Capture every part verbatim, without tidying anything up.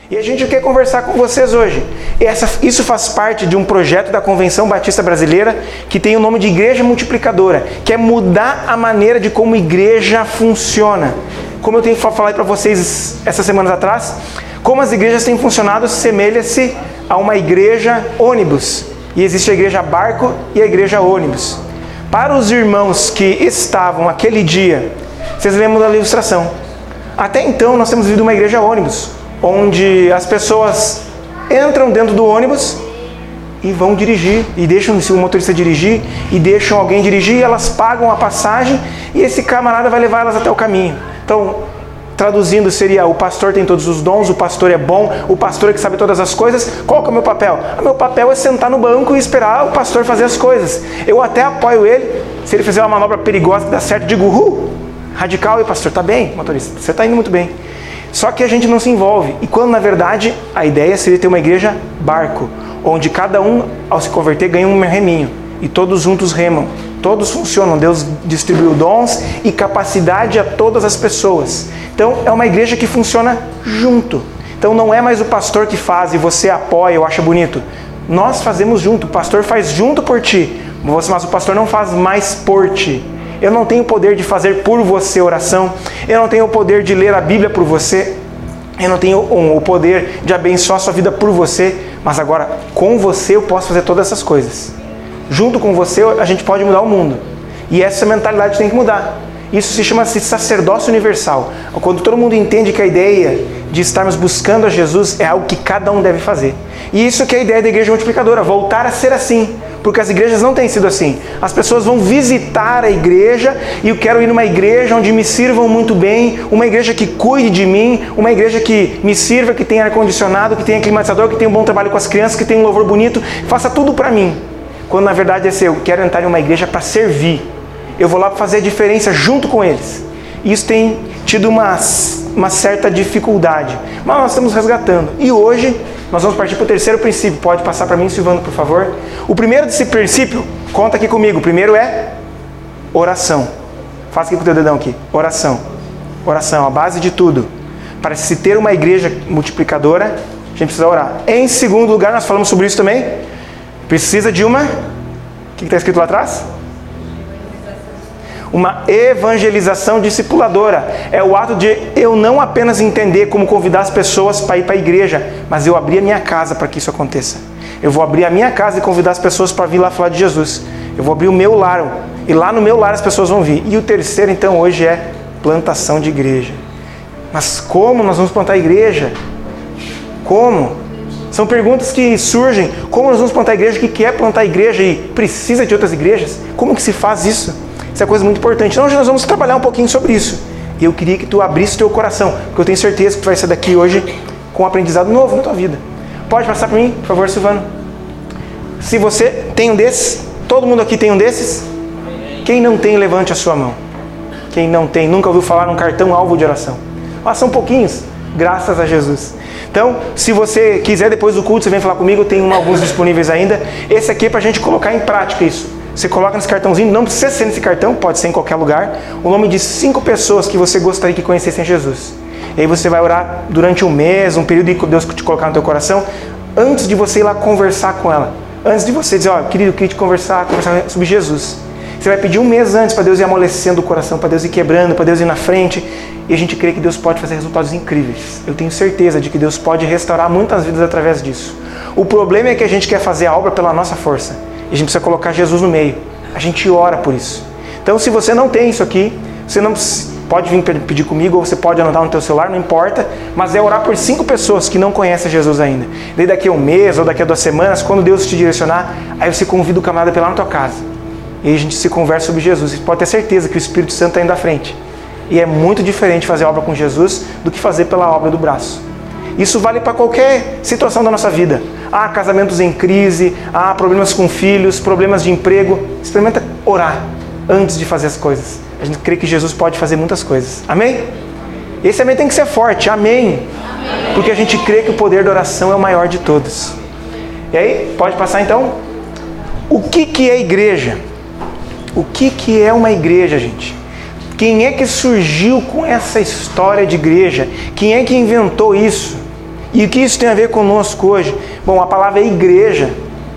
E a gente quer conversar com vocês hoje. Essa, isso faz parte de um projeto da Convenção Batista Brasileira que tem o nome de Igreja Multiplicadora, que é mudar a maneira de como a igreja funciona. Como eu tenho falado para vocês essas semanas atrás, como as igrejas têm funcionado semelha-se a uma igreja ônibus. E existe a igreja barco e a igreja ônibus. Para os irmãos que estavam aquele dia, vocês lembram da ilustração. Até então nós temos vivido uma igreja ônibus, onde as pessoas entram dentro do ônibus e vão dirigir, e deixam o motorista dirigir, e deixam alguém dirigir, elas pagam a passagem, e esse camarada vai levar elas até o caminho. Então, traduzindo seria, o pastor tem todos os dons, o pastor é bom, o pastor é que sabe todas as coisas. Qual que é o meu papel? O meu papel é sentar no banco e esperar o pastor fazer as coisas. Eu até apoio ele, se ele fizer uma manobra perigosa que dá certo, digo, uhul, radical, e pastor, tá bem, motorista, você tá indo muito bem. Só que a gente não se envolve. E quando, na verdade, a ideia seria ter uma igreja barco, onde cada um, ao se converter, ganha um reminho. E todos juntos remam. Todos funcionam. Deus distribuiu dons e capacidade a todas as pessoas. Então, é uma igreja que funciona junto. Então, não é mais o pastor que faz e você apoia ou acha bonito. Nós fazemos junto. O pastor faz junto por ti. Mas o pastor não faz mais por ti. Eu não tenho o poder de fazer por você oração. Eu não tenho o poder de ler a Bíblia por você. Eu não tenho o poder de abençoar a sua vida por você. Mas agora, com você eu posso fazer todas essas coisas. Junto com você a gente pode mudar o mundo. E essa mentalidade tem que mudar. Isso se chama sacerdócio universal. Quando todo mundo entende que a ideia de estarmos buscando a Jesus é algo que cada um deve fazer. E isso que é a ideia da igreja multiplicadora, voltar a ser assim. Porque as igrejas não têm sido assim. As pessoas vão visitar a igreja e eu quero ir numa igreja onde me sirvam muito bem, uma igreja que cuide de mim, uma igreja que me sirva, que tenha ar-condicionado, que tenha climatizador, que tenha um bom trabalho com as crianças, que tenha um louvor bonito, faça tudo para mim. Quando na verdade é assim, eu quero entrar em uma igreja para servir. Eu vou lá para fazer a diferença junto com eles. Isso tem tido uma, uma certa dificuldade, mas nós estamos resgatando. E hoje nós vamos partir para o terceiro princípio. Pode passar para mim, Silvano, por favor. O primeiro desse princípio, conta aqui comigo. O primeiro é oração. Faça aqui com o teu dedão aqui. Oração. Oração, a base de tudo. Para se ter uma igreja multiplicadora, a gente precisa orar. Em segundo lugar, nós falamos sobre isso também. Precisa de uma... O que está escrito lá atrás? Uma evangelização discipuladora. É o ato de eu não apenas entender como convidar as pessoas para ir para a igreja, mas eu abrir a minha casa para que isso aconteça. Eu vou abrir a minha casa e convidar as pessoas para vir lá falar de Jesus. Eu vou abrir o meu lar, e lá no meu lar as pessoas vão vir. E o terceiro, então, hoje é plantação de igreja. Mas como nós vamos plantar a igreja? Como? São perguntas que surgem. Como nós vamos plantar a igreja? O que é plantar a igreja e precisa de outras igrejas? Como que se faz isso? Isso é coisa muito importante. Então hoje nós vamos trabalhar um pouquinho sobre isso. E eu queria que tu abrisse teu coração, porque eu tenho certeza que tu vai sair daqui hoje com um aprendizado novo na tua vida. Pode passar para mim, por favor, Silvano? Se você tem um desses, todo mundo aqui tem um desses? Quem não tem, levante a sua mão. Quem não tem, nunca ouviu falar num cartão alvo de oração. Ah, são pouquinhos, graças a Jesus. Então, se você quiser, depois do culto, você vem falar comigo, eu tenho alguns disponíveis ainda. Esse aqui é para a gente colocar em prática isso. Você coloca nesse cartãozinho, não precisa ser nesse cartão, pode ser em qualquer lugar, o nome de cinco pessoas que você gostaria que conhecessem Jesus. E aí você vai orar durante um mês, um período que Deus te colocar no teu coração, antes de você ir lá conversar com ela. Antes de você dizer, ó, querido, eu queria te conversar, conversar sobre Jesus. Você vai pedir um mês antes para Deus ir amolecendo o coração, para Deus ir quebrando, para Deus ir na frente. E a gente crê que Deus pode fazer resultados incríveis. Eu tenho certeza de que Deus pode restaurar muitas vidas através disso. O problema é que a gente quer fazer a obra pela nossa força. E a gente precisa colocar Jesus no meio. A gente ora por isso. Então, se você não tem isso aqui, você não pode vir pedir comigo, ou você pode anotar no teu celular, não importa. Mas é orar por cinco pessoas que não conhecem Jesus ainda. Daí daqui a um mês ou daqui a duas semanas, quando Deus te direcionar, aí você convida o camarada para ir lá na tua casa. E aí a gente se conversa sobre Jesus. Você pode ter certeza que o Espírito Santo está indo à frente. E é muito diferente fazer obra com Jesus do que fazer pela obra do braço. Isso vale para qualquer situação da nossa vida. Ah, casamentos em crise, ah, problemas com filhos, problemas de emprego. Experimenta orar antes de fazer as coisas. A gente crê que Jesus pode fazer muitas coisas. Amém? Esse amém tem que ser forte. Amém. Amém. Porque a gente crê que o poder da oração é o maior de todos. E aí, pode passar então? O que, que é igreja? O que, que é uma igreja, gente? Quem é que surgiu com essa história de igreja? Quem é que inventou isso? E o que isso tem a ver conosco hoje? Bom, a palavra igreja,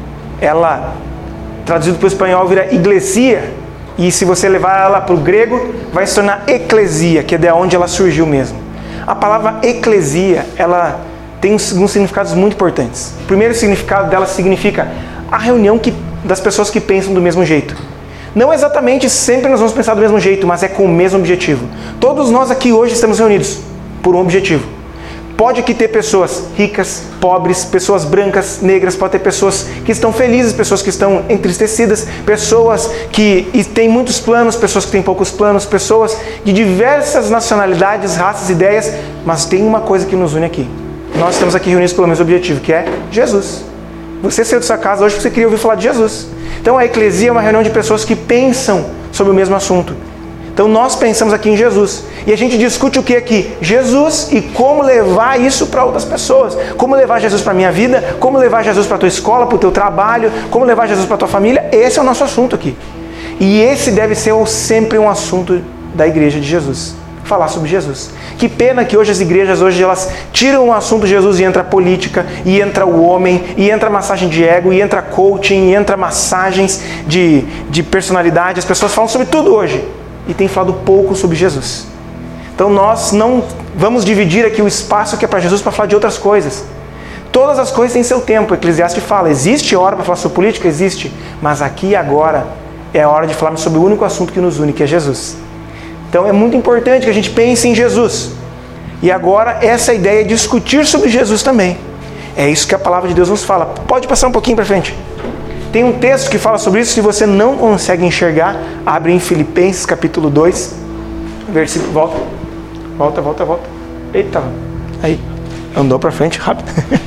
ela, traduzido para o espanhol, vira iglesia, e se você levar ela para o grego, vai se tornar eclesia, que é de onde ela surgiu mesmo. A palavra eclesia, ela tem alguns significados muito importantes. O primeiro significado dela significa a reunião que, das pessoas que pensam do mesmo jeito. Não exatamente sempre nós vamos pensar do mesmo jeito, mas é com o mesmo objetivo. Todos nós aqui hoje estamos reunidos por um objetivo. Pode aqui ter pessoas ricas, pobres, pessoas brancas, negras, pode ter pessoas que estão felizes, pessoas que estão entristecidas, pessoas que têm muitos planos, pessoas que têm poucos planos, pessoas de diversas nacionalidades, raças, ideias, mas tem uma coisa que nos une aqui. Nós estamos aqui reunidos pelo mesmo objetivo, que é Jesus. Você saiu de sua casa hoje porque você queria ouvir falar de Jesus. Então a eclesia é uma reunião de pessoas que pensam sobre o mesmo assunto. Então nós pensamos aqui em Jesus. E a gente discute o que aqui? Jesus e como levar isso para outras pessoas. Como levar Jesus para a minha vida, como levar Jesus para a tua escola, para o teu trabalho, como levar Jesus para a tua família. Esse é o nosso assunto aqui. E esse deve ser sempre um assunto da igreja de Jesus. Falar sobre Jesus. Que pena que hoje as igrejas, hoje elas tiram o assunto Jesus e entra a política, e entra o homem, e entra massagem de ego, e entra coaching, e entra massagens de, de personalidade. As pessoas falam sobre tudo hoje. E tem falado pouco sobre Jesus. Então nós não vamos dividir aqui o espaço que é para Jesus para falar de outras coisas. Todas as coisas têm seu tempo. O Eclesiastes fala, existe hora para falar sobre política? Existe. Mas aqui e agora é a hora de falarmos sobre o único assunto que nos une, que é Jesus. Então é muito importante que a gente pense em Jesus. E agora essa ideia é discutir sobre Jesus também. É isso que a palavra de Deus nos fala. Pode passar um pouquinho para frente. Tem um texto que fala sobre isso. Se você não consegue enxergar, abre em Filipenses capítulo dois, versículo, volta, volta, volta, volta. Eita, aí, andou para frente rápido.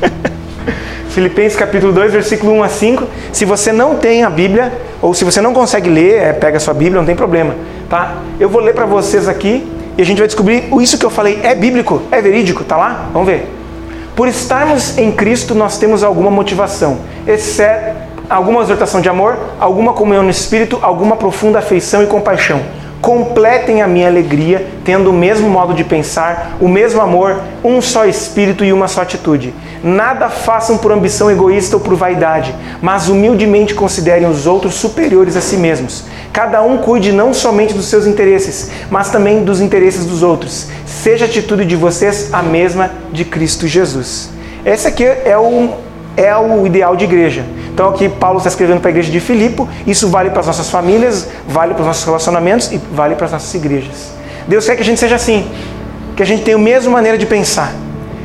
Filipenses capítulo dois, versículo um a cinco. Se você não tem a Bíblia, ou se você não consegue ler, é, pega a sua Bíblia, não tem problema. Tá? Eu vou ler para vocês aqui e a gente vai descobrir isso que eu falei é bíblico, é verídico, tá lá? Vamos ver. Por estarmos em Cristo, nós temos alguma motivação, exceto alguma exortação de amor, alguma comunhão no Espírito, alguma profunda afeição e compaixão. Completem a minha alegria, tendo o mesmo modo de pensar, o mesmo amor, um só Espírito e uma só atitude. Nada façam por ambição egoísta ou por vaidade, mas humildemente considerem os outros superiores a si mesmos. Cada um cuide não somente dos seus interesses, mas também dos interesses dos outros. Seja a atitude de vocês a mesma de Cristo Jesus. Esse aqui é o, é o ideal de igreja. Então aqui Paulo está escrevendo para a igreja de Filipe, isso vale para as nossas famílias, vale para os nossos relacionamentos e vale para as nossas igrejas. Deus quer que a gente seja assim, que a gente tenha a mesma maneira de pensar.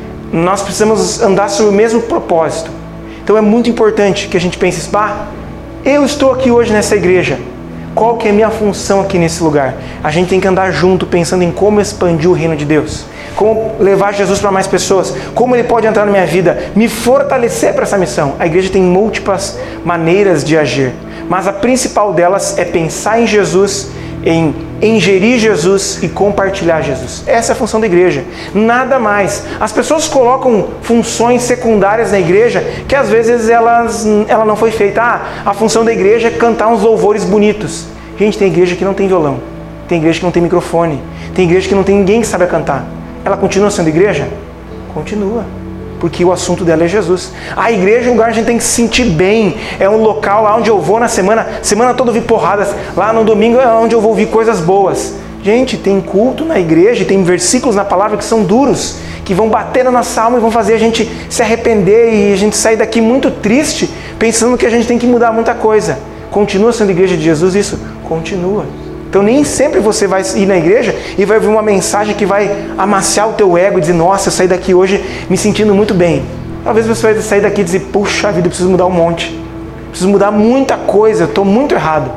Nós precisamos andar sobre o mesmo propósito. Então é muito importante que a gente pense, bah, eu estou aqui hoje nessa igreja, qual que é a minha função aqui nesse lugar? A gente tem que andar junto pensando em como expandir o reino de Deus. Como levar Jesus para mais pessoas, como Ele pode entrar na minha vida, me fortalecer para essa missão. A igreja tem múltiplas maneiras de agir, mas a principal delas é pensar em Jesus, em ingerir Jesus e compartilhar Jesus. Essa é a função da igreja, nada mais. As pessoas colocam funções secundárias na igreja que às vezes elas, ela não foi feita. Ah, a função da igreja é cantar uns louvores bonitos. Gente, tem igreja que não tem violão, tem igreja que não tem microfone, tem igreja que não tem ninguém que sabe cantar. Ela continua sendo igreja? Continua. Porque o assunto dela é Jesus. A igreja é um lugar onde a gente tem que se sentir bem. É um local lá onde eu vou na semana, semana toda ouvir porradas. Lá no domingo é onde eu vou ouvir coisas boas. Gente, tem culto na igreja, tem versículos na palavra que são duros, que vão bater na nossa alma e vão fazer a gente se arrepender e a gente sair daqui muito triste, pensando que a gente tem que mudar muita coisa. Continua sendo igreja de Jesus isso? Continua. Então nem sempre você vai ir na igreja e vai ouvir uma mensagem que vai amaciar o teu ego e dizer, nossa, eu saí daqui hoje me sentindo muito bem. Talvez você vai sair daqui e dizer, puxa vida, eu preciso mudar um monte. Preciso mudar muita coisa, eu estou muito errado.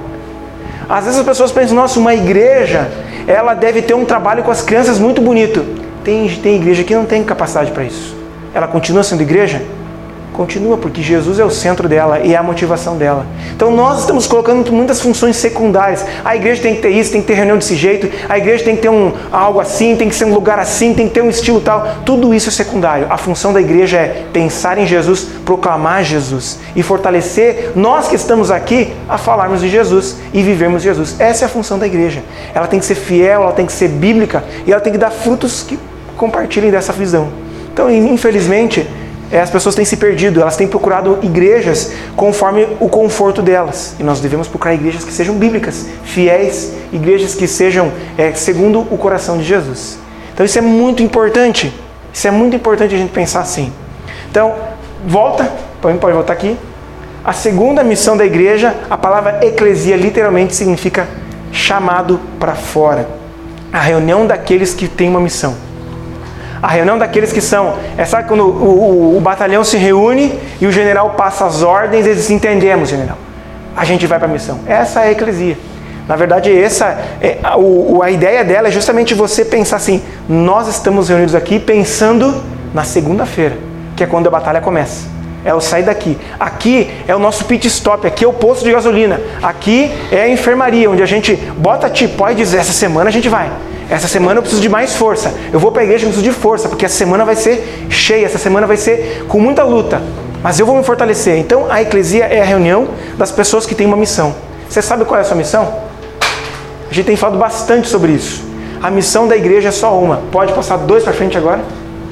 Às vezes as pessoas pensam, nossa, uma igreja, ela deve ter um trabalho com as crianças muito bonito. Tem, tem igreja que não tem capacidade para isso. Ela continua sendo igreja? Continua, porque Jesus é o centro dela e é a motivação dela. Então nós estamos colocando muitas funções secundárias. A igreja tem que ter isso, tem que ter reunião desse jeito, a igreja tem que ter um, algo assim, tem que ser um lugar assim, tem que ter um estilo tal. Tudo isso é secundário. A função da igreja é pensar em Jesus, proclamar Jesus e fortalecer nós que estamos aqui a falarmos de Jesus e vivermos Jesus. Essa é a função da igreja. Ela tem que ser fiel, ela tem que ser bíblica e ela tem que dar frutos que compartilhem dessa visão. Então Então, infelizmente, as pessoas têm se perdido, elas têm procurado igrejas conforme o conforto delas. E nós devemos procurar igrejas que sejam bíblicas, fiéis, igrejas que sejam é, segundo o coração de Jesus. Então isso é muito importante, isso é muito importante a gente pensar assim. Então, volta, pode voltar aqui. A segunda missão da igreja, a palavra eclesia literalmente significa chamado para fora. A reunião daqueles que têm uma missão. A reunião daqueles que são... É, sabe quando o, o, o batalhão se reúne e o general passa as ordens, eles dizem, entendemos, general. A gente vai para a missão. Essa é a eclesia. Na verdade, essa, é, a, o, a ideia dela é justamente você pensar assim, nós estamos reunidos aqui pensando na segunda-feira, que é quando a batalha começa. É o sair daqui. Aqui é o nosso pit stop, aqui é o posto de gasolina. Aqui é a enfermaria, onde a gente bota tipó e diz, essa semana a gente vai. Essa semana eu preciso de mais força. Eu vou para a igreja, eu preciso de força, porque essa semana vai ser cheia, essa semana vai ser com muita luta. Mas eu vou me fortalecer. Então, a eclesia é a reunião das pessoas que têm uma missão. Você sabe qual é a sua missão? A gente tem falado bastante sobre isso. A missão da igreja é só uma. Pode passar dois para frente agora?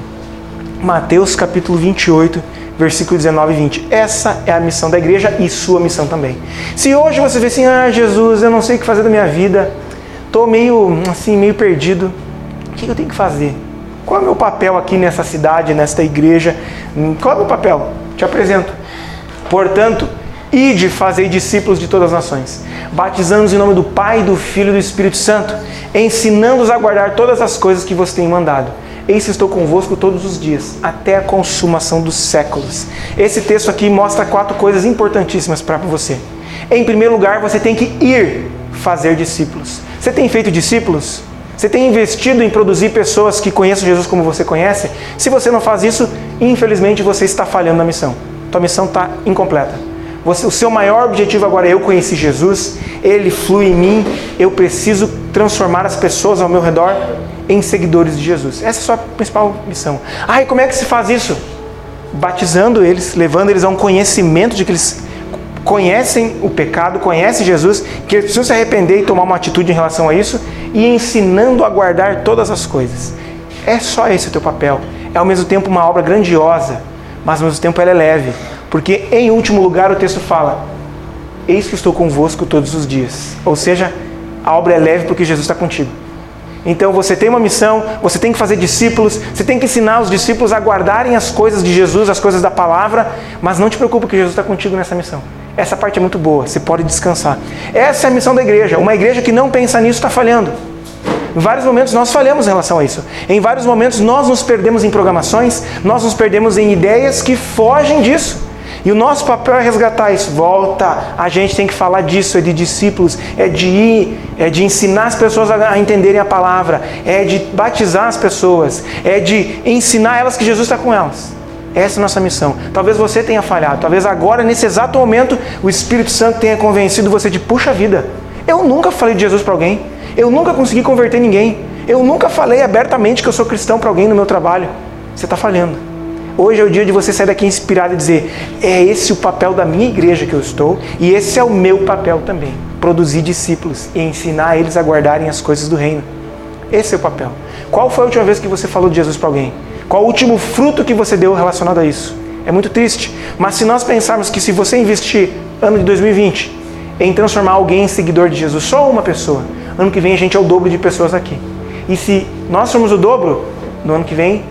Mateus capítulo vinte e oito, versículo dezenove e vinte. Essa é a missão da igreja e sua missão também. Se hoje você vê assim, ah, Jesus, eu não sei o que fazer da minha vida, estou meio, assim, meio perdido, o que eu tenho que fazer? Qual é o meu papel aqui nessa cidade, nesta igreja? Qual é o meu papel? Te apresento. Portanto, ide fazer discípulos de todas as nações, batizando-os em nome do Pai, do Filho e do Espírito Santo, ensinando-os a guardar todas as coisas que vos tenho mandado. Eis que estou convosco todos os dias, até a consumação dos séculos. Esse texto aqui mostra quatro coisas importantíssimas para você. Em primeiro lugar, você tem que ir fazer discípulos. Você tem feito discípulos? Você tem investido em produzir pessoas que conheçam Jesus como você conhece? Se você não faz isso, infelizmente você está falhando na missão. Tua missão está incompleta. Você, o seu maior objetivo agora é eu conheci Jesus, Ele flui em mim, eu preciso transformar as pessoas ao meu redor em seguidores de Jesus. Essa é a sua principal missão. Ah, e como é que se faz isso? Batizando eles, levando eles a um conhecimento de que eles conhecem o pecado, conhecem Jesus, que eles precisam se arrepender e tomar uma atitude em relação a isso, e ensinando a guardar todas as coisas. É só esse o teu papel. É ao mesmo tempo uma obra grandiosa, mas ao mesmo tempo ela é leve. Porque em último lugar o texto fala, eis que estou convosco todos os dias. Ou seja, a obra é leve porque Jesus está contigo. Então você tem uma missão, você tem que fazer discípulos, você tem que ensinar os discípulos a guardarem as coisas de Jesus, as coisas da palavra, mas não te preocupe que Jesus está contigo nessa missão. Essa parte é muito boa, você pode descansar. Essa é a missão da igreja. Uma igreja que não pensa nisso está falhando. Em vários momentos nós falhamos em relação a isso. Em vários momentos nós nos perdemos em programações, nós nos perdemos em ideias que fogem disso. E o nosso papel é resgatar isso. Volta, a gente tem que falar disso, é de discípulos, é de ir, é de ensinar as pessoas a entenderem a palavra, é de batizar as pessoas, é de ensinar elas que Jesus está com elas. Essa é a nossa missão. Talvez você tenha falhado, talvez agora, nesse exato momento, o Espírito Santo tenha convencido você de, puxa vida, eu nunca falei de Jesus para alguém, eu nunca consegui converter ninguém, eu nunca falei abertamente que eu sou cristão para alguém no meu trabalho. Você está falhando. Hoje é o dia de você sair daqui inspirado e dizer, é esse o papel da minha igreja que eu estou e esse é o meu papel também. Produzir discípulos e ensinar eles a guardarem as coisas do reino. Esse é o papel. Qual foi a última vez que você falou de Jesus para alguém? Qual o último fruto que você deu relacionado a isso? É muito triste. Mas se nós pensarmos que se você investir ano de dois mil e vinte em transformar alguém em seguidor de Jesus, só uma pessoa, ano que vem a gente é o dobro de pessoas aqui. E se nós somos o dobro, no ano que vem,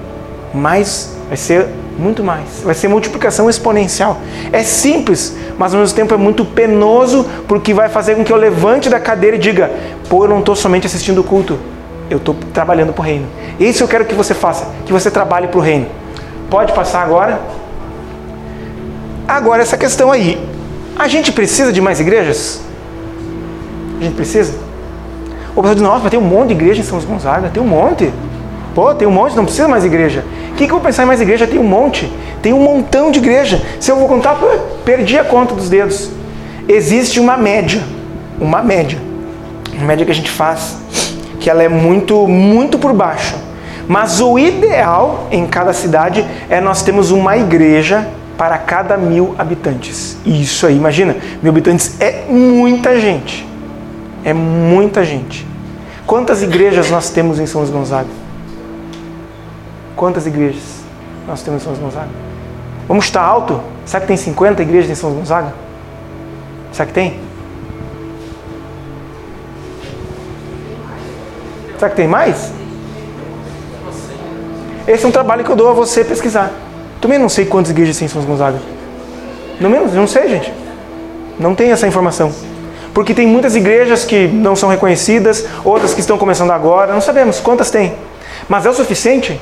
mais vai ser muito mais. Vai ser multiplicação exponencial. É simples, mas ao mesmo tempo é muito penoso, porque vai fazer com que eu levante da cadeira e diga, pô, eu não estou somente assistindo o culto, eu estou trabalhando para o reino. Isso eu quero que você faça, que você trabalhe para o reino. Pode passar agora? Agora essa questão aí. A gente precisa de mais igrejas? A gente precisa? O pessoal diz, nossa, mas tem um monte de igreja em São Gonzaga, tem um monte. Pô, tem um monte, não precisa mais igreja. O que, que eu vou pensar em mais igreja? Tem um monte. Tem um montão de igreja. Se eu vou contar, pô, perdi a conta dos dedos. Existe uma média. Uma média. Uma média que a gente faz, que ela é muito, muito por baixo. Mas o ideal em cada cidade é nós termos uma igreja para cada mil habitantes. Isso aí, imagina, mil habitantes é muita gente. É muita gente. Quantas igrejas nós temos em São Gonzaga? Quantas igrejas? nós temos em São Gonzaga? Vamos chutar alto? Será que tem cinquenta igrejas em São Gonzaga? Será que tem? Será que tem mais? Esse é um trabalho que eu dou a você pesquisar. Também não sei quantas igrejas tem em São Gonzaga. No menos, não sei, gente. Não tem essa informação. Porque tem muitas igrejas que não são reconhecidas, outras que estão começando agora, não sabemos quantas tem. Mas é o suficiente?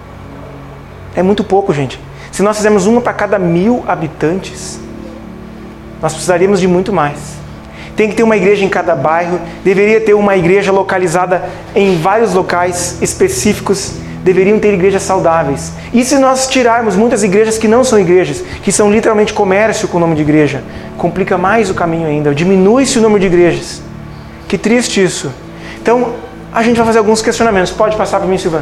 É muito pouco, gente. Se nós fizermos uma para cada mil habitantes, nós precisaríamos de muito mais. Tem que ter uma igreja em cada bairro, deveria ter uma igreja localizada em vários locais específicos, deveriam ter igrejas saudáveis. E se nós tirarmos muitas igrejas que não são igrejas, que são literalmente comércio com o nome de igreja, complica mais o caminho ainda, diminui-se o número de igrejas. Que triste isso. Então, a gente vai fazer alguns questionamentos. Pode passar para mim, Silvano.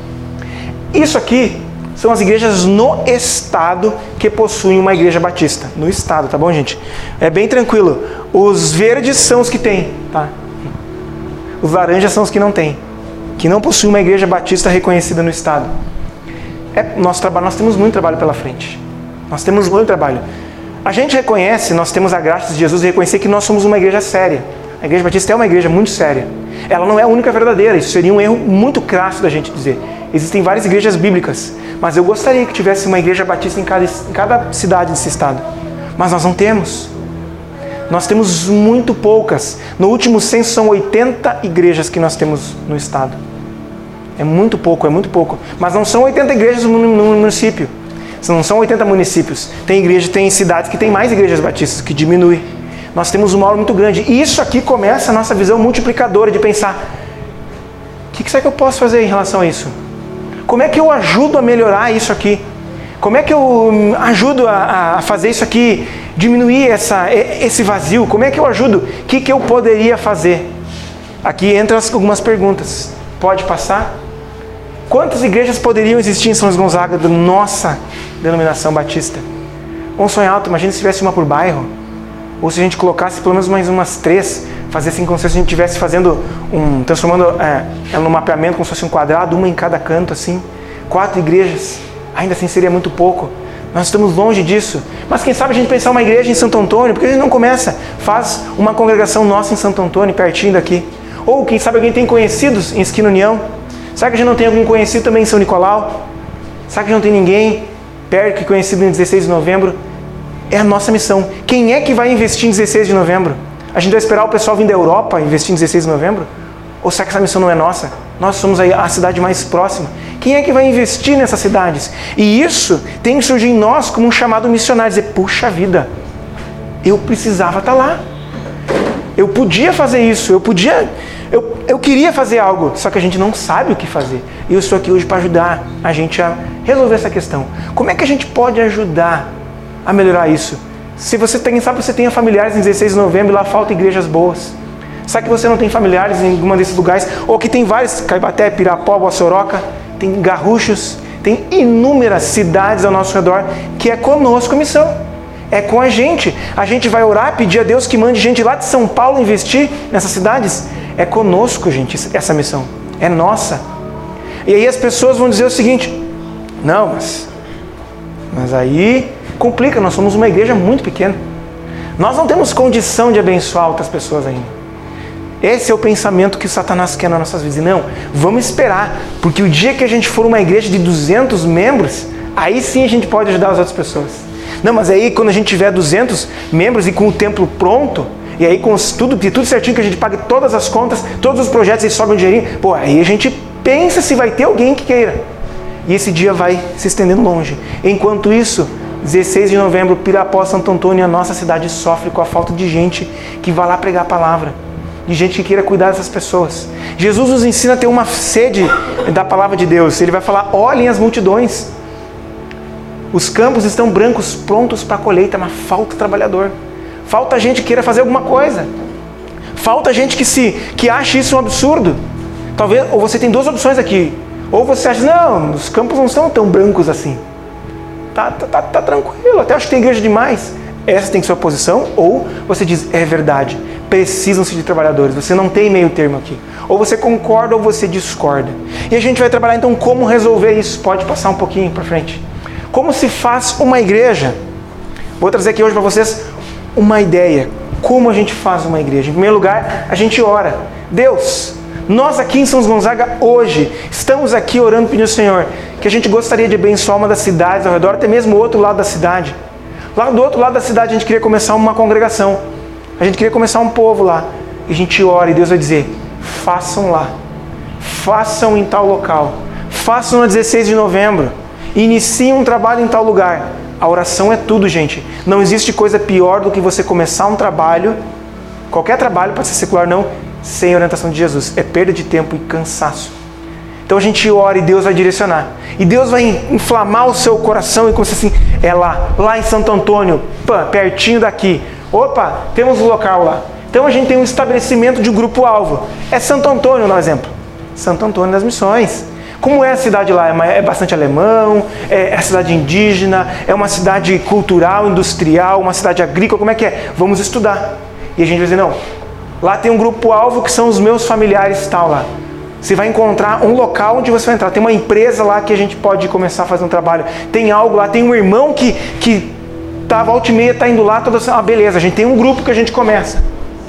Isso aqui são as igrejas no estado que possuem uma igreja batista. No estado, tá bom, gente? É bem tranquilo. Os verdes são os que tem, tá? Os laranjas são os que não tem. Que não possuem uma igreja batista reconhecida no estado. É nosso trabalho, nós temos muito trabalho pela frente. Nós temos muito trabalho. A gente reconhece, nós temos a graça de Jesus de reconhecer que nós somos uma igreja séria. A igreja batista é uma igreja muito séria. Ela não é a única verdadeira, isso seria um erro muito crasso da gente dizer. Existem várias igrejas bíblicas, mas eu gostaria que tivesse uma igreja batista em cada, em cada cidade desse estado. Mas nós não temos. Nós temos muito poucas. No último censo são oitenta igrejas que nós temos no estado. É muito pouco, é muito pouco. Mas não são oitenta igrejas no, no município. Não são oitenta municípios. Tem igreja, tem cidades que tem mais igrejas batistas, que diminui. Nós temos uma aula muito grande. E isso aqui começa a nossa visão multiplicadora de pensar: o que será que eu posso fazer em relação a isso? Como é que eu ajudo a melhorar isso aqui? Como é que eu ajudo a, a fazer isso aqui, diminuir essa, esse vazio? Como é que eu ajudo? O que, que eu poderia fazer? Aqui entram algumas perguntas. Pode passar? Quantas igrejas poderiam existir em São Gonzaga da nossa denominação batista? Vamos sonhar alto, imagina se tivesse uma por bairro. Ou se a gente colocasse pelo menos mais umas três, fazer assim como se a gente estivesse fazendo um, transformando é, no mapeamento como se fosse um quadrado, uma em cada canto assim. Quatro igrejas, ainda assim seria muito pouco. Nós estamos longe disso. Mas quem sabe a gente pensar uma igreja em Santo Antônio, porque a gente não começa, faz uma congregação nossa em Santo Antônio, pertinho daqui. Ou quem sabe alguém tem conhecidos em Esquina União. Será que a gente não tem alguém conhecido também em São Nicolau? Será que não tem ninguém perto que conhecido em dezesseis de novembro? É a nossa missão. Quem é que vai investir em dezesseis de novembro? A gente vai esperar o pessoal vir da Europa investir em dezesseis de novembro? Ou será que essa missão não é nossa? Nós somos a cidade mais próxima. Quem é que vai investir nessas cidades? E isso tem que surgir em nós como um chamado missionário. Dizer, puxa vida, eu precisava estar lá. Eu podia fazer isso, eu podia... Eu, eu queria fazer algo, só que a gente não sabe o que fazer. E eu estou aqui hoje para ajudar a gente a resolver essa questão. Como é que a gente pode ajudar a melhorar isso? Se você tem, sabe, você tenha familiares em dezesseis de novembro e lá faltam igrejas boas. Sabe que você não tem familiares em alguma desses lugares? Ou que tem vários, Caibaté, Pirapó, Bossoroca, tem Garruchos, tem inúmeras cidades ao nosso redor que é conosco a missão. É com a gente. A gente vai orar, pedir a Deus que mande gente lá de São Paulo investir nessas cidades. É conosco, gente, essa missão. É nossa. E aí as pessoas vão dizer o seguinte: não, mas, mas aí complica, nós somos uma igreja muito pequena. Nós não temos condição de abençoar outras pessoas ainda. Esse é o pensamento que Satanás quer nas nossas vidas. E não, vamos esperar, porque o dia que a gente for uma igreja de duzentos membros, aí sim a gente pode ajudar as outras pessoas. Não, mas aí quando a gente tiver duzentos membros e com o templo pronto, e aí com tudo, tudo certinho, que a gente pague todas as contas, todos os projetos e sobe um dinheirinho, pô, aí a gente pensa se vai ter alguém que queira. E esse dia vai se estendendo longe. Enquanto isso, dezesseis de novembro, Pirapó, Santo Antônio, a nossa cidade sofre com a falta de gente que vai lá pregar a palavra. De gente que queira cuidar dessas pessoas. Jesus nos ensina a ter uma sede da palavra de Deus. Ele vai falar, olhem as multidões. Os campos estão brancos, prontos para a colheita, mas falta trabalhador. Falta gente que queira fazer alguma coisa. Falta gente que, se, que ache isso um absurdo. Talvez, ou você tem duas opções aqui. Ou você acha, não, os campos não estão tão brancos assim. Tá, tá, tá, tá tranquilo, até acho que tem igreja demais. Essa tem que ser a posição. Ou você diz, é verdade, precisam-se de trabalhadores. Você não tem meio termo aqui. Ou você concorda ou você discorda. E a gente vai trabalhar então como resolver isso. Pode passar um pouquinho para frente. Como se faz uma igreja? Vou trazer aqui hoje para vocês uma ideia. Como a gente faz uma igreja? Em primeiro lugar, a gente ora. Deus, nós aqui em São Gonzaga hoje estamos aqui orando pedindo ao Senhor que a gente gostaria de abençoar uma das cidades ao redor, até mesmo o outro lado da cidade. Lá do outro lado da cidade a gente queria começar uma congregação. A gente queria começar um povo lá. E a gente ora e Deus vai dizer, façam lá. Façam em tal local. Façam no dezesseis de novembro. Iniciem um trabalho em tal lugar. A oração é tudo, gente. Não existe coisa pior do que você começar um trabalho, qualquer trabalho, pode ser secular não, sem a orientação de Jesus. É perda de tempo e cansaço. Então a gente ora e Deus vai direcionar. E Deus vai inflamar o seu coração e começar assim, é lá, lá em Santo Antônio, pã, pertinho daqui. Opa, temos um local lá. Então a gente tem um estabelecimento de um grupo-alvo. É Santo Antônio, no exemplo. Santo Antônio das Missões. Como é a cidade lá? É bastante alemão, é a cidade indígena, é uma cidade cultural, industrial, uma cidade agrícola, como é que é? Vamos estudar. E a gente vai dizer, não, lá tem um grupo-alvo que são os meus familiares tal lá. Você vai encontrar um local onde você vai entrar. Tem uma empresa lá que a gente pode começar a fazer um trabalho. Tem algo lá, tem um irmão que, que tá, volta e meia, está indo lá, toda ah, beleza, a gente tem um grupo que a gente começa.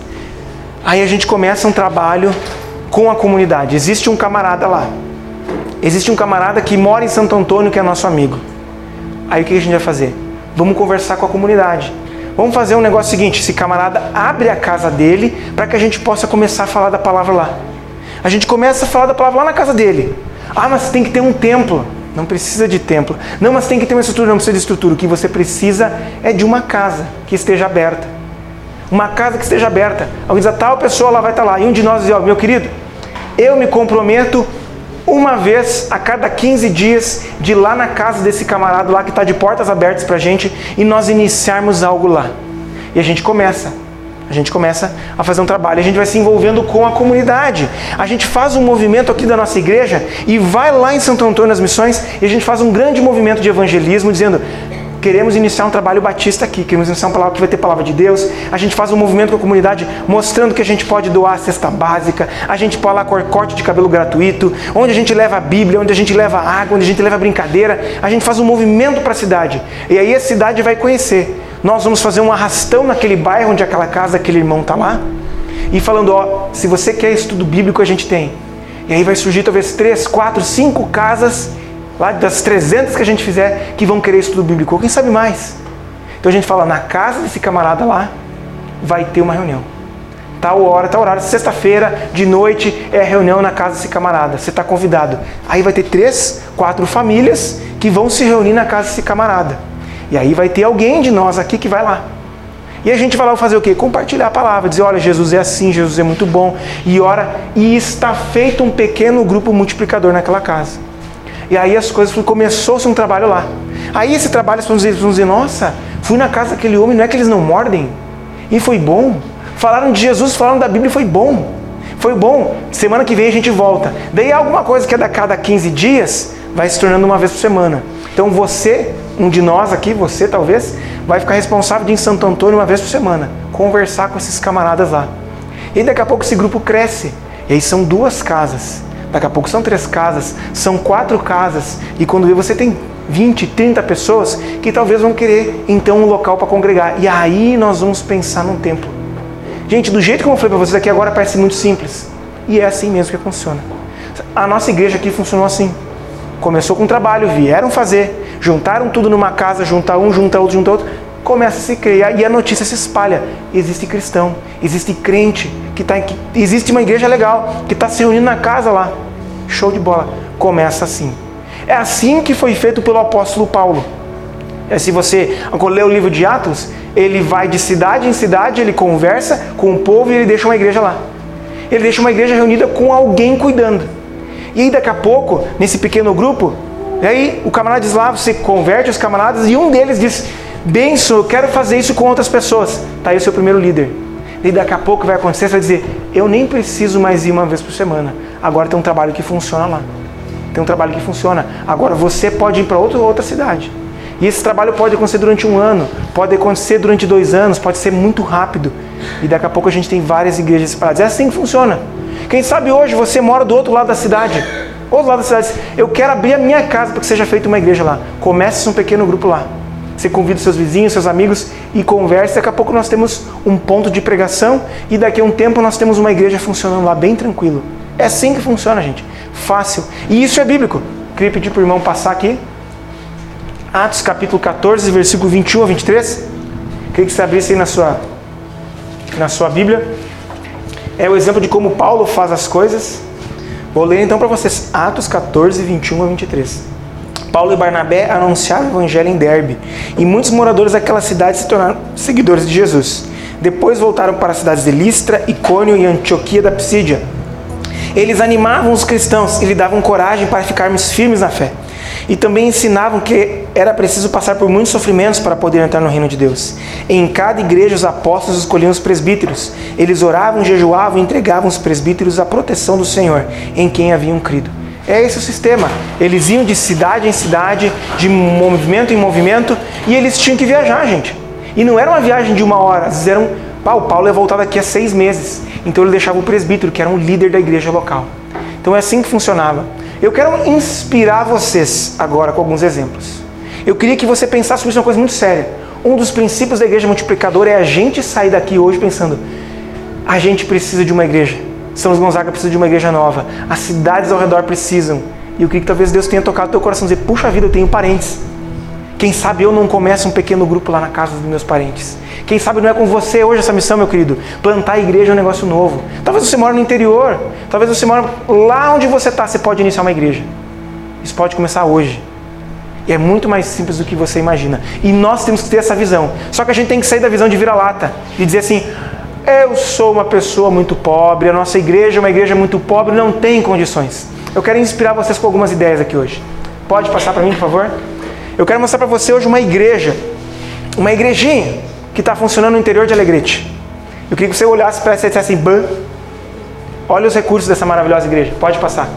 Aí a gente começa um trabalho com a comunidade. Existe um camarada lá. Existe um camarada que mora em Santo Antônio que é nosso amigo. Aí o que a gente vai fazer? Vamos conversar com a comunidade. Vamos fazer um negócio seguinte, esse camarada abre a casa dele para que a gente possa começar a falar da palavra lá. A gente começa a falar da palavra lá na casa dele. Ah, mas tem que ter um templo. Não precisa de templo. Não, mas tem que ter uma estrutura. Não precisa de estrutura. O que você precisa é de uma casa que esteja aberta. Uma casa que esteja aberta. Alguém diz, a tal pessoa lá vai estar lá. E um de nós diz, ó, meu querido, eu me comprometo uma vez a cada quinze dias de ir lá na casa desse camarada lá que está de portas abertas para a gente e nós iniciarmos algo lá. E a gente começa. A gente começa a fazer um trabalho, a gente vai se envolvendo com a comunidade. A gente faz um movimento aqui da nossa igreja e vai lá em Santo Antônio das Missões e a gente faz um grande movimento de evangelismo dizendo, queremos iniciar um trabalho batista aqui, queremos iniciar um palavra que vai ter palavra de Deus. A gente faz um movimento com a comunidade mostrando que a gente pode doar a cesta básica, a gente pode lá corte de cabelo gratuito, onde a gente leva a Bíblia, onde a gente leva água, onde a gente leva brincadeira. A gente faz um movimento para a cidade e aí a cidade vai conhecer. Nós vamos fazer um arrastão naquele bairro onde aquela casa, aquele irmão está lá. E falando, ó, se você quer estudo bíblico, a gente tem. E aí vai surgir talvez três, quatro, cinco casas, lá das trezentas que a gente fizer, que vão querer estudo bíblico. Ou quem sabe mais. Então a gente fala, na casa desse camarada lá, vai ter uma reunião. Tal hora, tal horário, sexta-feira, de noite, é a reunião na casa desse camarada. Você está convidado. Aí vai ter três, quatro famílias que vão se reunir na casa desse camarada. E aí vai ter alguém de nós aqui que vai lá. E a gente vai lá fazer o quê? Compartilhar a palavra, dizer, olha, Jesus é assim, Jesus é muito bom. E ora, e está feito um pequeno grupo multiplicador naquela casa. E aí as coisas, começou-se um trabalho lá. Aí esse trabalho, as pessoas vão dizer, nossa, fui na casa daquele homem, não é que eles não mordem? E foi bom. Falaram de Jesus, falaram da Bíblia e foi bom. Foi bom. Semana que vem a gente volta. Daí alguma coisa que é a cada quinze dias, vai se tornando uma vez por semana. Então você, um de nós aqui, você talvez, vai ficar responsável de ir em Santo Antônio uma vez por semana, conversar com esses camaradas lá. E daqui a pouco esse grupo cresce. E aí são duas casas. Daqui a pouco são três casas, são quatro casas. E quando vê, você tem vinte, trinta pessoas que talvez vão querer então um local para congregar. E aí nós vamos pensar num templo. Gente, do jeito como eu falei para vocês aqui agora parece muito simples. E é assim mesmo que funciona. A nossa igreja aqui funcionou assim. Começou com um trabalho, vieram fazer, juntaram tudo numa casa, junta um, junta outro, junta outro, começa a se criar e a notícia se espalha. Existe cristão, existe crente, que tá, que, existe uma igreja legal, que está se reunindo na casa lá. Show de bola. Começa assim. É assim que foi feito pelo apóstolo Paulo. É, se você ler o livro de Atos, ele vai de cidade em cidade, ele conversa com o povo e ele deixa uma igreja lá. Ele deixa uma igreja reunida com alguém cuidando. E aí daqui a pouco, nesse pequeno grupo, e aí o camarada diz lá, você converte os camaradas e um deles diz, benção, eu quero fazer isso com outras pessoas. Está aí o seu primeiro líder. E daqui a pouco vai acontecer, você vai dizer, eu nem preciso mais ir uma vez por semana. Agora tem um trabalho que funciona lá. Tem um trabalho que funciona. Agora você pode ir para outra, outra cidade. E esse trabalho pode acontecer durante um ano, pode acontecer durante dois anos, pode ser muito rápido. E daqui a pouco a gente tem várias igrejas separadas. É assim que funciona. Quem sabe hoje você mora do outro lado da cidade. Outro lado da cidade. Eu quero abrir a minha casa para que seja feita uma igreja lá. Comece um pequeno grupo lá. Você convida seus vizinhos, seus amigos e conversa. Daqui a pouco nós temos um ponto de pregação e daqui a um tempo nós temos uma igreja funcionando lá bem tranquilo. É assim que funciona, gente. Fácil. E isso é bíblico. Queria pedir para o irmão passar aqui. Atos capítulo quatorze, versículo vinte e um a vinte e três. Queria que você abrisse aí na sua, na sua Bíblia. É o exemplo de como Paulo faz as coisas. Vou ler então para vocês. Atos quatorze, vinte e um a vinte e três. Paulo e Barnabé anunciaram o evangelho em Derbe, e muitos moradores daquela cidade se tornaram seguidores de Jesus. Depois voltaram para as cidades de Listra, Icônio e Antioquia da Psídia. Eles animavam os cristãos e lhe davam coragem para ficarmos firmes na fé. E também ensinavam que era preciso passar por muitos sofrimentos para poder entrar no reino de Deus. Em cada igreja os apóstolos escolhiam os presbíteros. Eles oravam, jejuavam e entregavam os presbíteros à proteção do Senhor, em quem haviam crido. É esse o sistema. Eles iam de cidade em cidade, de movimento em movimento, e eles tinham que viajar, gente. E não era uma viagem de uma hora. Às vezes eram, ah, o Paulo ia voltar daqui a seis meses. Então ele deixava o presbítero, que era um líder da igreja local. Então é assim que funcionava. Eu quero inspirar vocês agora com alguns exemplos. Eu queria que você pensasse sobre isso, uma coisa muito séria. Um dos princípios da igreja multiplicadora é a gente sair daqui hoje pensando: a gente precisa de uma igreja. São Luís Gonzaga precisa de uma igreja nova. As cidades ao redor precisam. E eu queria que talvez Deus tenha tocado o teu coração e dizer: puxa vida, eu tenho parentes. Quem sabe eu não começo um pequeno grupo lá na casa dos meus parentes. Quem sabe não é com você hoje essa missão, meu querido. Plantar a igreja é um negócio novo. Talvez você mora no interior. Talvez você mora lá onde você está. Você pode iniciar uma igreja. Isso pode começar hoje. E é muito mais simples do que você imagina. E nós temos que ter essa visão. Só que a gente tem que sair da visão de vira-lata. E dizer assim: eu sou uma pessoa muito pobre. A nossa igreja é uma igreja muito pobre. Não tem condições. Eu quero inspirar vocês com algumas ideias aqui hoje. Pode passar para mim, por favor? Eu quero mostrar para você hoje uma igreja. Uma igrejinha que está funcionando no interior de Alegrete. Eu queria que você olhasse para essa e dissesse assim: Bã, olha os recursos dessa maravilhosa igreja. Pode passar.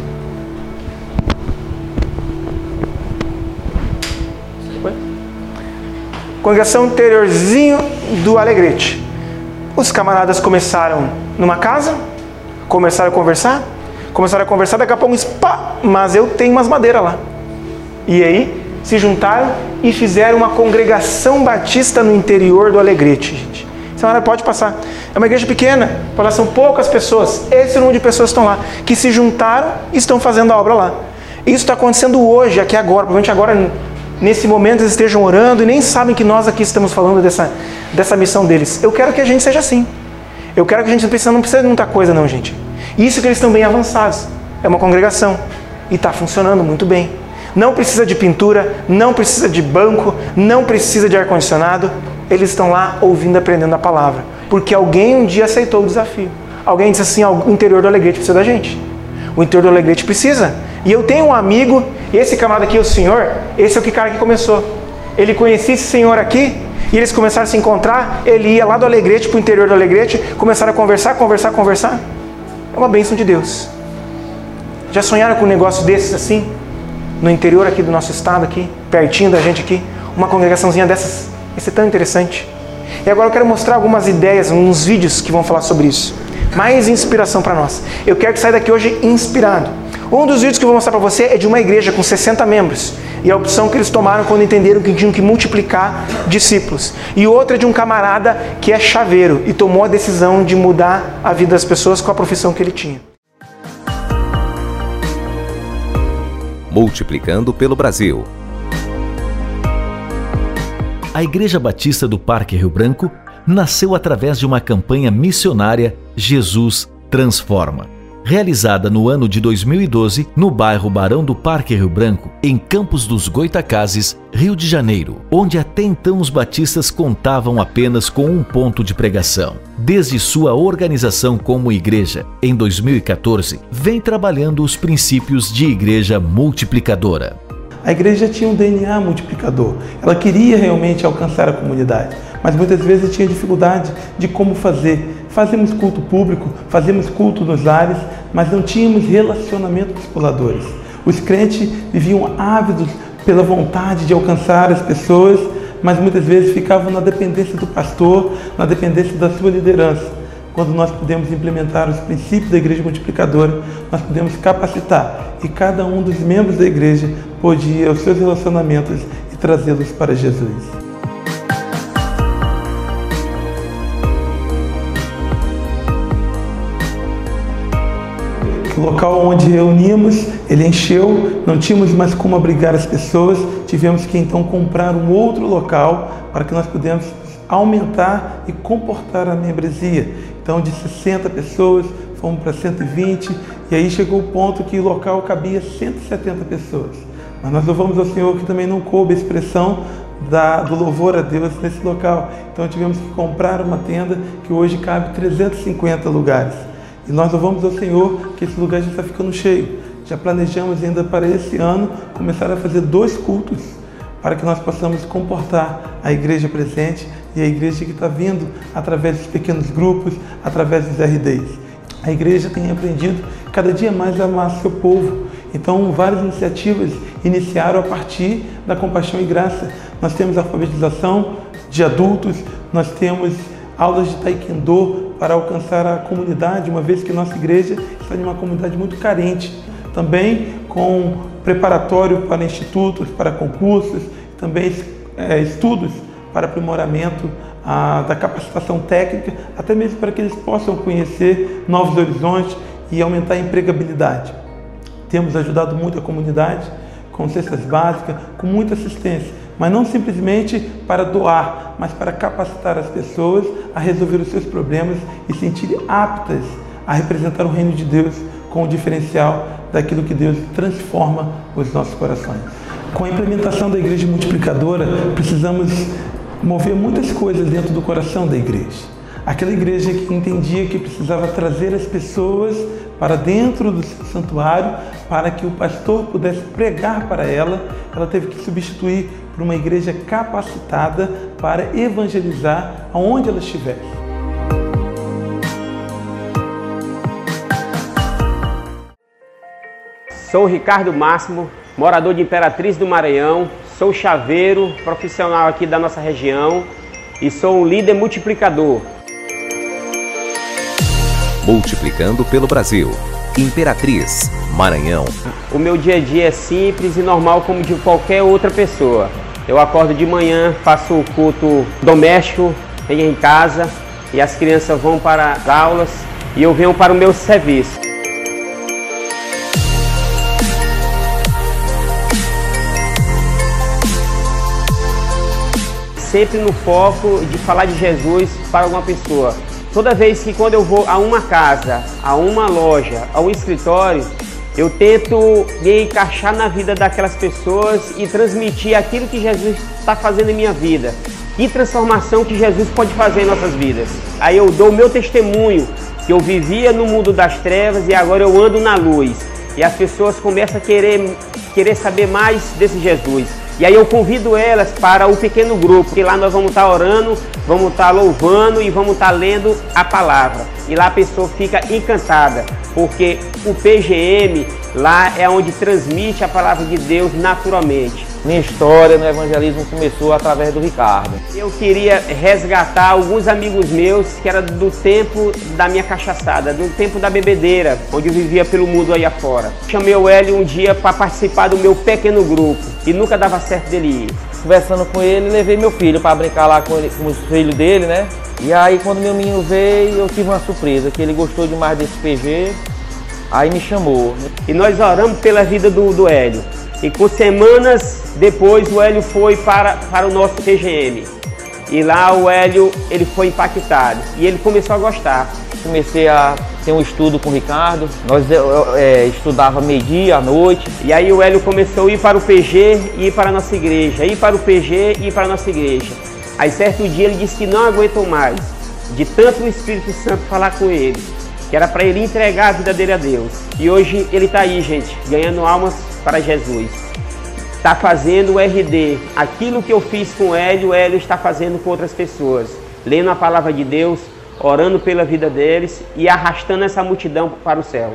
Congregação interiorzinho do Alegrete. Os camaradas começaram numa casa, começaram a conversar, começaram a conversar, daqui a pouco, pá, mas eu tenho umas madeiras lá. E aí se juntaram e fizeram uma congregação batista no interior do Alegrete, gente. Senhora, pode passar. É uma igreja pequena, são poucas pessoas. Esse é o número de pessoas que estão lá, que se juntaram e estão fazendo a obra lá. Isso está acontecendo hoje, aqui agora. Provavelmente agora, nesse momento, eles estejam orando e nem sabem que nós aqui estamos falando dessa, dessa missão deles. Eu quero que a gente seja assim. Eu quero que a gente não precise, não precisa de muita coisa não, gente. Isso que eles estão bem avançados. É uma congregação e está funcionando muito bem. Não precisa de pintura, não precisa de banco, não precisa de ar-condicionado. Eles estão lá ouvindo, aprendendo a palavra. Porque alguém um dia aceitou o desafio. Alguém disse assim: o interior do Alegrete precisa da gente. O interior do Alegrete precisa. E eu tenho um amigo, esse camarada aqui, o senhor, esse é o que cara que começou. Ele conhecia esse senhor aqui, e eles começaram a se encontrar, ele ia lá do Alegrete para o interior do Alegrete, começaram a conversar, conversar, conversar. É uma bênção de Deus. Já sonharam com um negócio desses assim? No interior aqui do nosso estado, aqui, pertinho da gente aqui, uma congregaçãozinha dessas. Isso é tão interessante. E agora eu quero mostrar algumas ideias, uns vídeos que vão falar sobre isso. Mais inspiração para nós. Eu quero que saia daqui hoje inspirado. Um dos vídeos que eu vou mostrar para você é de uma igreja com sessenta membros. E a opção que eles tomaram quando entenderam que tinham que multiplicar discípulos. E outra é de um camarada que é chaveiro e tomou a decisão de mudar a vida das pessoas com a profissão que ele tinha. Multiplicando pelo Brasil. A Igreja Batista do Parque Rio Branco nasceu através de uma campanha missionária Jesus Transforma, realizada no ano de dois mil e doze no bairro Barão do Parque Rio Branco, em Campos dos Goitacazes, Rio de Janeiro, onde até então os batistas contavam apenas com um ponto de pregação. Desde sua organização como igreja, em dois mil e quatorze, vem trabalhando os princípios de igreja multiplicadora. A igreja tinha um D N A multiplicador, ela queria realmente alcançar a comunidade, mas muitas vezes tinha dificuldade de como fazer. Fazíamos culto público, fazíamos culto nos lares, mas não tínhamos relacionamento com os discipuladores. Os crentes viviam ávidos pela vontade de alcançar as pessoas, mas muitas vezes ficavam na dependência do pastor, na dependência da sua liderança. Quando nós podemos implementar os princípios da igreja multiplicadora, nós podemos capacitar e cada um dos membros da igreja pode ir aos seus relacionamentos e trazê-los para Jesus. O local onde reunimos, ele encheu, não tínhamos mais como abrigar as pessoas, tivemos que então comprar um outro local para que nós pudéssemos aumentar e comportar a membresia. Então de sessenta pessoas, fomos para cento e vinte, e aí chegou o ponto que o local cabia cento e setenta pessoas. Mas nós louvamos ao Senhor que também não coube a expressão da, do louvor a Deus nesse local. Então tivemos que comprar uma tenda que hoje cabe trezentos e cinquenta lugares. E nós louvamos ao Senhor que esse lugar já está ficando cheio. Já planejamos ainda para esse ano começar a fazer dois cultos para que nós possamos comportar a igreja presente e a igreja que está vindo através dos pequenos grupos, através dos R Ds. A igreja tem aprendido cada dia mais a amar seu povo. Então, várias iniciativas iniciaram a partir da Compaixão e Graça. Nós temos alfabetização de adultos, nós temos aulas de taekwondo para alcançar a comunidade, uma vez que nossa igreja está em uma comunidade muito carente. Também com preparatório para institutos, para concursos, também é, estudos para aprimoramento a, da capacitação técnica, até mesmo para que eles possam conhecer novos horizontes e aumentar a empregabilidade. Temos ajudado muito a comunidade com cestas básicas, com muita assistência, mas não simplesmente para doar, mas para capacitar as pessoas a resolver os seus problemas e se sentirem aptas a representar o reino de Deus com o diferencial daquilo que Deus transforma os nossos corações. Com a implementação da igreja multiplicadora, precisamos mover muitas coisas dentro do coração da igreja. Aquela igreja que entendia que precisava trazer as pessoas para dentro do seu santuário, para que o pastor pudesse pregar para ela, ela teve que substituir por uma igreja capacitada para evangelizar aonde ela estivesse. Sou o Ricardo Máximo, morador de Imperatriz do Maranhão, sou chaveiro profissional aqui da nossa região e sou um líder multiplicador. Multiplicando pelo Brasil. Imperatriz, Maranhão. O meu dia a dia é simples e normal como de qualquer outra pessoa. Eu acordo de manhã, faço o culto doméstico em casa e as crianças vão para as aulas e eu venho para o meu serviço. Sempre no foco de falar de Jesus para alguma pessoa. Toda vez que quando eu vou a uma casa, a uma loja, a um escritório, eu tento me encaixar na vida daquelas pessoas e transmitir aquilo que Jesus está fazendo em minha vida. Que transformação que Jesus pode fazer em nossas vidas. Aí eu dou o meu testemunho, que eu vivia no mundo das trevas e agora eu ando na luz. E as pessoas começam a querer, querer saber mais desse Jesus. E aí eu convido elas para o pequeno grupo, que lá nós vamos estar orando, vamos estar louvando e vamos estar lendo a palavra. E lá a pessoa fica encantada, porque o P G M lá é onde transmite a palavra de Deus naturalmente. Minha história no evangelismo começou através do Ricardo. Eu queria resgatar alguns amigos meus que era do tempo da minha cachaçada, do tempo da bebedeira, onde eu vivia pelo mundo aí afora. Chamei o Hélio um dia para participar do meu pequeno grupo e nunca dava certo dele ir. Conversando com ele, levei meu filho para brincar lá com, ele, com os filhos dele, né? E aí quando meu menino veio, eu tive uma surpresa, que ele gostou demais desse P G, aí me chamou. E nós oramos pela vida do, do Hélio. E com semanas depois o Hélio foi para, para o nosso P G M. E lá o Hélio ele foi impactado e ele começou a gostar. Comecei a ter um estudo com o Ricardo, nós eu, eu, é, estudava meio-dia, à noite. E aí o Hélio começou a ir para o P G e ir para a nossa igreja, ir para o P G e ir para a nossa igreja. Aí certo dia ele disse que não aguentou mais, de tanto o Espírito Santo falar com ele, que era para ele entregar a vida dele a Deus. E hoje ele está aí, gente, ganhando almas para Jesus. Está fazendo o R D. Aquilo que eu fiz com o Hélio, o Hélio está fazendo com outras pessoas. Lendo a palavra de Deus, orando pela vida deles e arrastando essa multidão para o céu.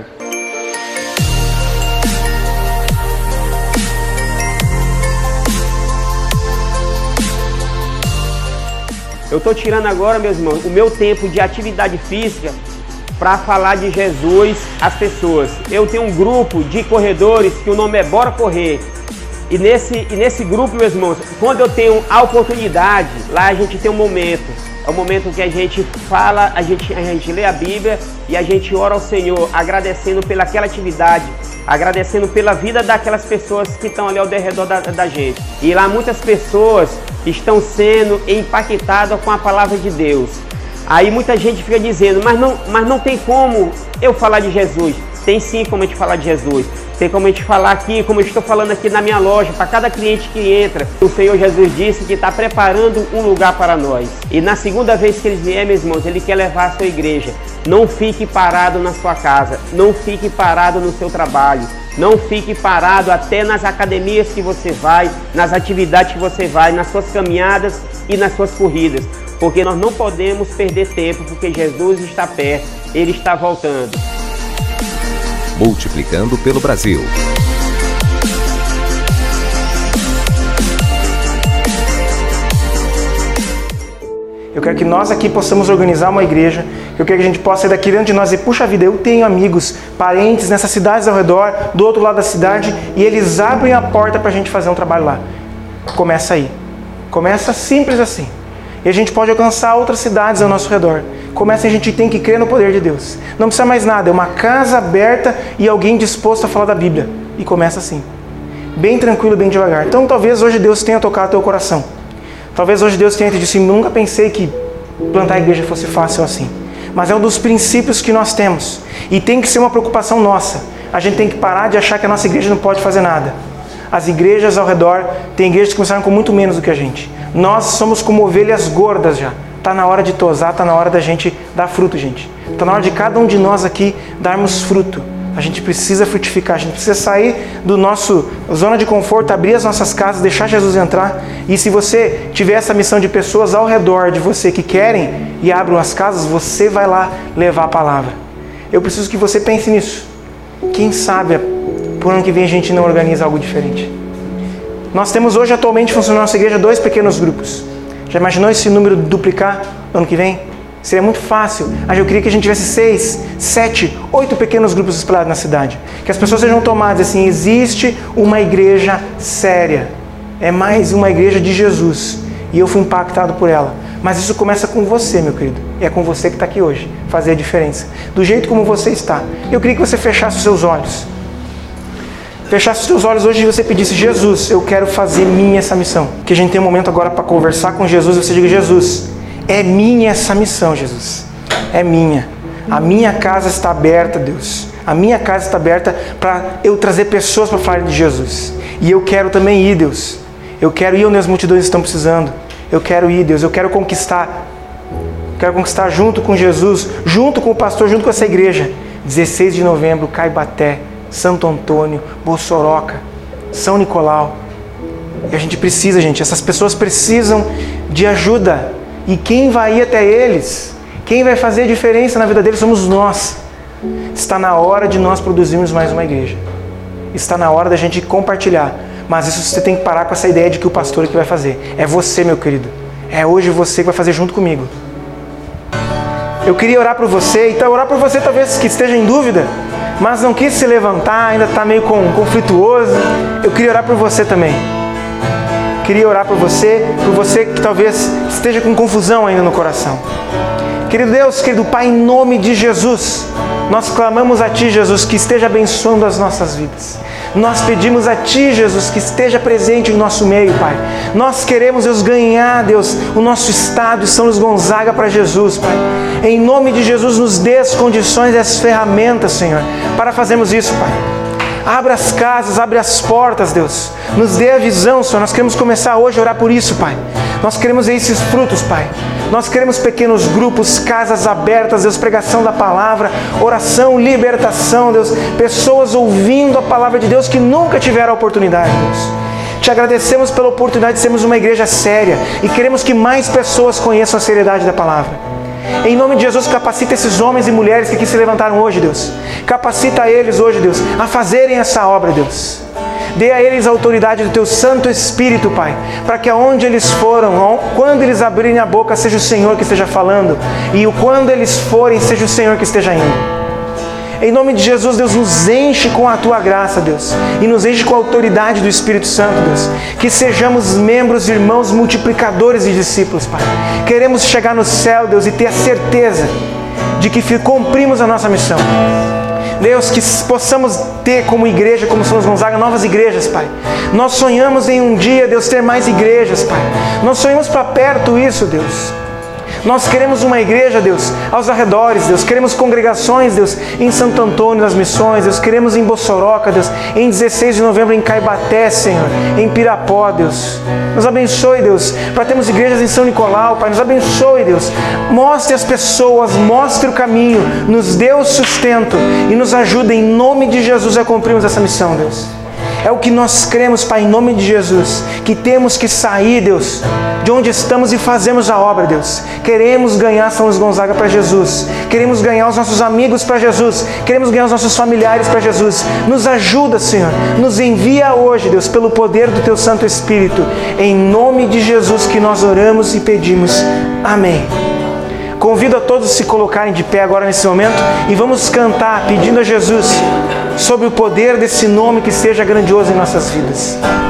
Eu estou tirando agora, meus irmãos, o meu tempo de atividade física para falar de Jesus às pessoas. Eu tenho um grupo de corredores que o nome é Bora Correr. E nesse, e nesse grupo, meus irmãos, quando eu tenho a oportunidade, lá a gente tem um momento. É o momento que a gente fala, a gente, a gente lê a Bíblia e a gente ora ao Senhor, agradecendo pelaquela atividade, agradecendo pela vida daquelas pessoas que estão ali ao redor da, da gente. E lá muitas pessoas estão sendo impactadas com a palavra de Deus. Aí muita gente fica dizendo, mas não, mas não tem como eu falar de Jesus. Tem sim como a gente falar de Jesus. Tem como a gente falar aqui, como eu estou falando aqui na minha loja, para cada cliente que entra. O Senhor Jesus disse que está preparando um lugar para nós. E na segunda vez que Ele vier, meus irmãos, Ele quer levar a sua igreja. Não fique parado na sua casa, não fique parado no seu trabalho, não fique parado até nas academias que você vai, nas atividades que você vai, nas suas caminhadas e nas suas corridas. Porque nós não podemos perder tempo, porque Jesus está perto, Ele está voltando. Multiplicando pelo Brasil. Eu quero que nós aqui possamos organizar uma igreja. Eu quero que a gente possa sair daqui dentro de nós e, puxa vida, eu tenho amigos, parentes nessas cidades ao redor, do outro lado da cidade, e eles abrem a porta para a gente fazer um trabalho lá. Começa aí. Começa simples assim. E a gente pode alcançar outras cidades ao nosso redor. Começa, a gente tem que crer no poder de Deus. Não precisa mais nada, é uma casa aberta e alguém disposto a falar da Bíblia. E começa assim. Bem tranquilo, bem devagar. Então talvez hoje Deus tenha tocado teu coração. Talvez hoje Deus tenha te dito, nunca pensei que plantar a igreja fosse fácil assim. Mas é um dos princípios que nós temos. E tem que ser uma preocupação nossa. A gente tem que parar de achar que a nossa igreja não pode fazer nada. As igrejas ao redor, tem igrejas que começaram com muito menos do que a gente. Nós somos como ovelhas gordas já. Está na hora de tosar, está na hora da gente dar fruto, gente. Está na hora de cada um de nós aqui darmos fruto. A gente precisa frutificar, a gente precisa sair do nosso zona de conforto, abrir as nossas casas, deixar Jesus entrar. E se você tiver essa missão de pessoas ao redor de você que querem e abram as casas, você vai lá levar a palavra. Eu preciso que você pense nisso. Quem sabe, por ano que vem a gente não organiza algo diferente. Nós temos hoje atualmente funcionando na nossa igreja dois pequenos grupos. Já imaginou esse número duplicar no ano que vem? Seria muito fácil. Eu queria que a gente tivesse seis, sete, oito pequenos grupos espalhados na cidade. Que as pessoas sejam tomadas assim, existe uma igreja séria. É mais uma igreja de Jesus. E eu fui impactado por ela. Mas isso começa com você, meu querido. E é com você que está aqui hoje. Fazer a diferença. Do jeito como você está. Eu queria que você fechasse os seus olhos. Fechasse os seus olhos hoje e você pedisse, Jesus, eu quero fazer minha essa missão. Que a gente tem um momento agora para conversar com Jesus e você diga, Jesus, é minha essa missão, Jesus. É minha. A minha casa está aberta, Deus. A minha casa está aberta para eu trazer pessoas para falar de Jesus. E eu quero também ir, Deus. Eu quero ir onde as multidões estão precisando. Eu quero ir, Deus. Eu quero conquistar. Quero conquistar junto com Jesus, junto com o pastor, junto com essa igreja. dezesseis de novembro, Caibaté, Santo Antônio, Bossoroca, São Nicolau. E a gente precisa, gente, essas pessoas precisam de ajuda. E quem vai ir até eles, quem vai fazer a diferença na vida deles somos nós. Está na hora de nós produzirmos mais uma igreja. Está na hora da gente compartilhar. Mas isso você tem que parar com essa ideia de que o pastor é que vai fazer. É você, meu querido. É hoje você que vai fazer junto comigo. Eu queria orar por você, então orar por você talvez que esteja em dúvida, mas não quis se levantar, ainda está meio conflituoso. Eu queria orar por você também. Queria orar por você, por você que talvez esteja com confusão ainda no coração. Querido Deus, querido Pai, em nome de Jesus, nós clamamos a Ti, Jesus, que esteja abençoando as nossas vidas. Nós pedimos a Ti, Jesus, que esteja presente em nosso meio, Pai. Nós queremos, Deus, ganhar, Deus, o nosso estado de São Luís Gonzaga para Jesus, Pai. Em nome de Jesus, nos dê as condições e as ferramentas, Senhor, para fazermos isso, Pai. Abra as casas, abre as portas, Deus. Nos dê a visão, Senhor. Nós queremos começar hoje a orar por isso, Pai. Nós queremos ver esses frutos, Pai. Nós queremos pequenos grupos, casas abertas, Deus, pregação da palavra, oração, libertação, Deus. Pessoas ouvindo a palavra de Deus que nunca tiveram a oportunidade, Deus. Te agradecemos pela oportunidade de sermos uma igreja séria e queremos que mais pessoas conheçam a seriedade da palavra. Em nome de Jesus, capacita esses homens e mulheres que aqui se levantaram hoje, Deus. Capacita eles hoje, Deus, a fazerem essa obra, Deus. Dê a eles a autoridade do Teu Santo Espírito, Pai, para que aonde eles foram, quando eles abrirem a boca, seja o Senhor que esteja falando, e quando eles forem, seja o Senhor que esteja indo. Em nome de Jesus, Deus, nos enche com a Tua graça, Deus, e nos enche com a autoridade do Espírito Santo, Deus, que sejamos membros, irmãos, multiplicadores e discípulos, Pai. Queremos chegar no céu, Deus, e ter a certeza de que cumprimos a nossa missão. Deus, que possamos ter como igreja, como São Gonzaga, novas igrejas, Pai. Nós sonhamos em um dia, Deus, ter mais igrejas, Pai. Nós sonhamos para perto isso, Deus. Nós queremos uma igreja, Deus, aos arredores, Deus. Queremos congregações, Deus, em Santo Antônio das Missões, Deus. Queremos em Bossoroca, Deus. Em dezesseis de novembro em Caibaté, Senhor. Em Pirapó, Deus. Nos abençoe, Deus, para termos igrejas em São Nicolau, Pai. Nos abençoe, Deus. Mostre as pessoas, mostre o caminho. Nos dê o sustento e nos ajude em nome de Jesus a cumprirmos essa missão, Deus. É o que nós cremos, Pai, em nome de Jesus, que temos que sair, Deus, de onde estamos e fazemos a obra, Deus. Queremos ganhar São Luís Gonzaga para Jesus. Queremos ganhar os nossos amigos para Jesus. Queremos ganhar os nossos familiares para Jesus. Nos ajuda, Senhor. Nos envia hoje, Deus, pelo poder do Teu Santo Espírito. Em nome de Jesus que nós oramos e pedimos. Amém. Convido a todos a se colocarem de pé agora nesse momento e vamos cantar pedindo a Jesus sobre o poder desse nome que seja grandioso em nossas vidas.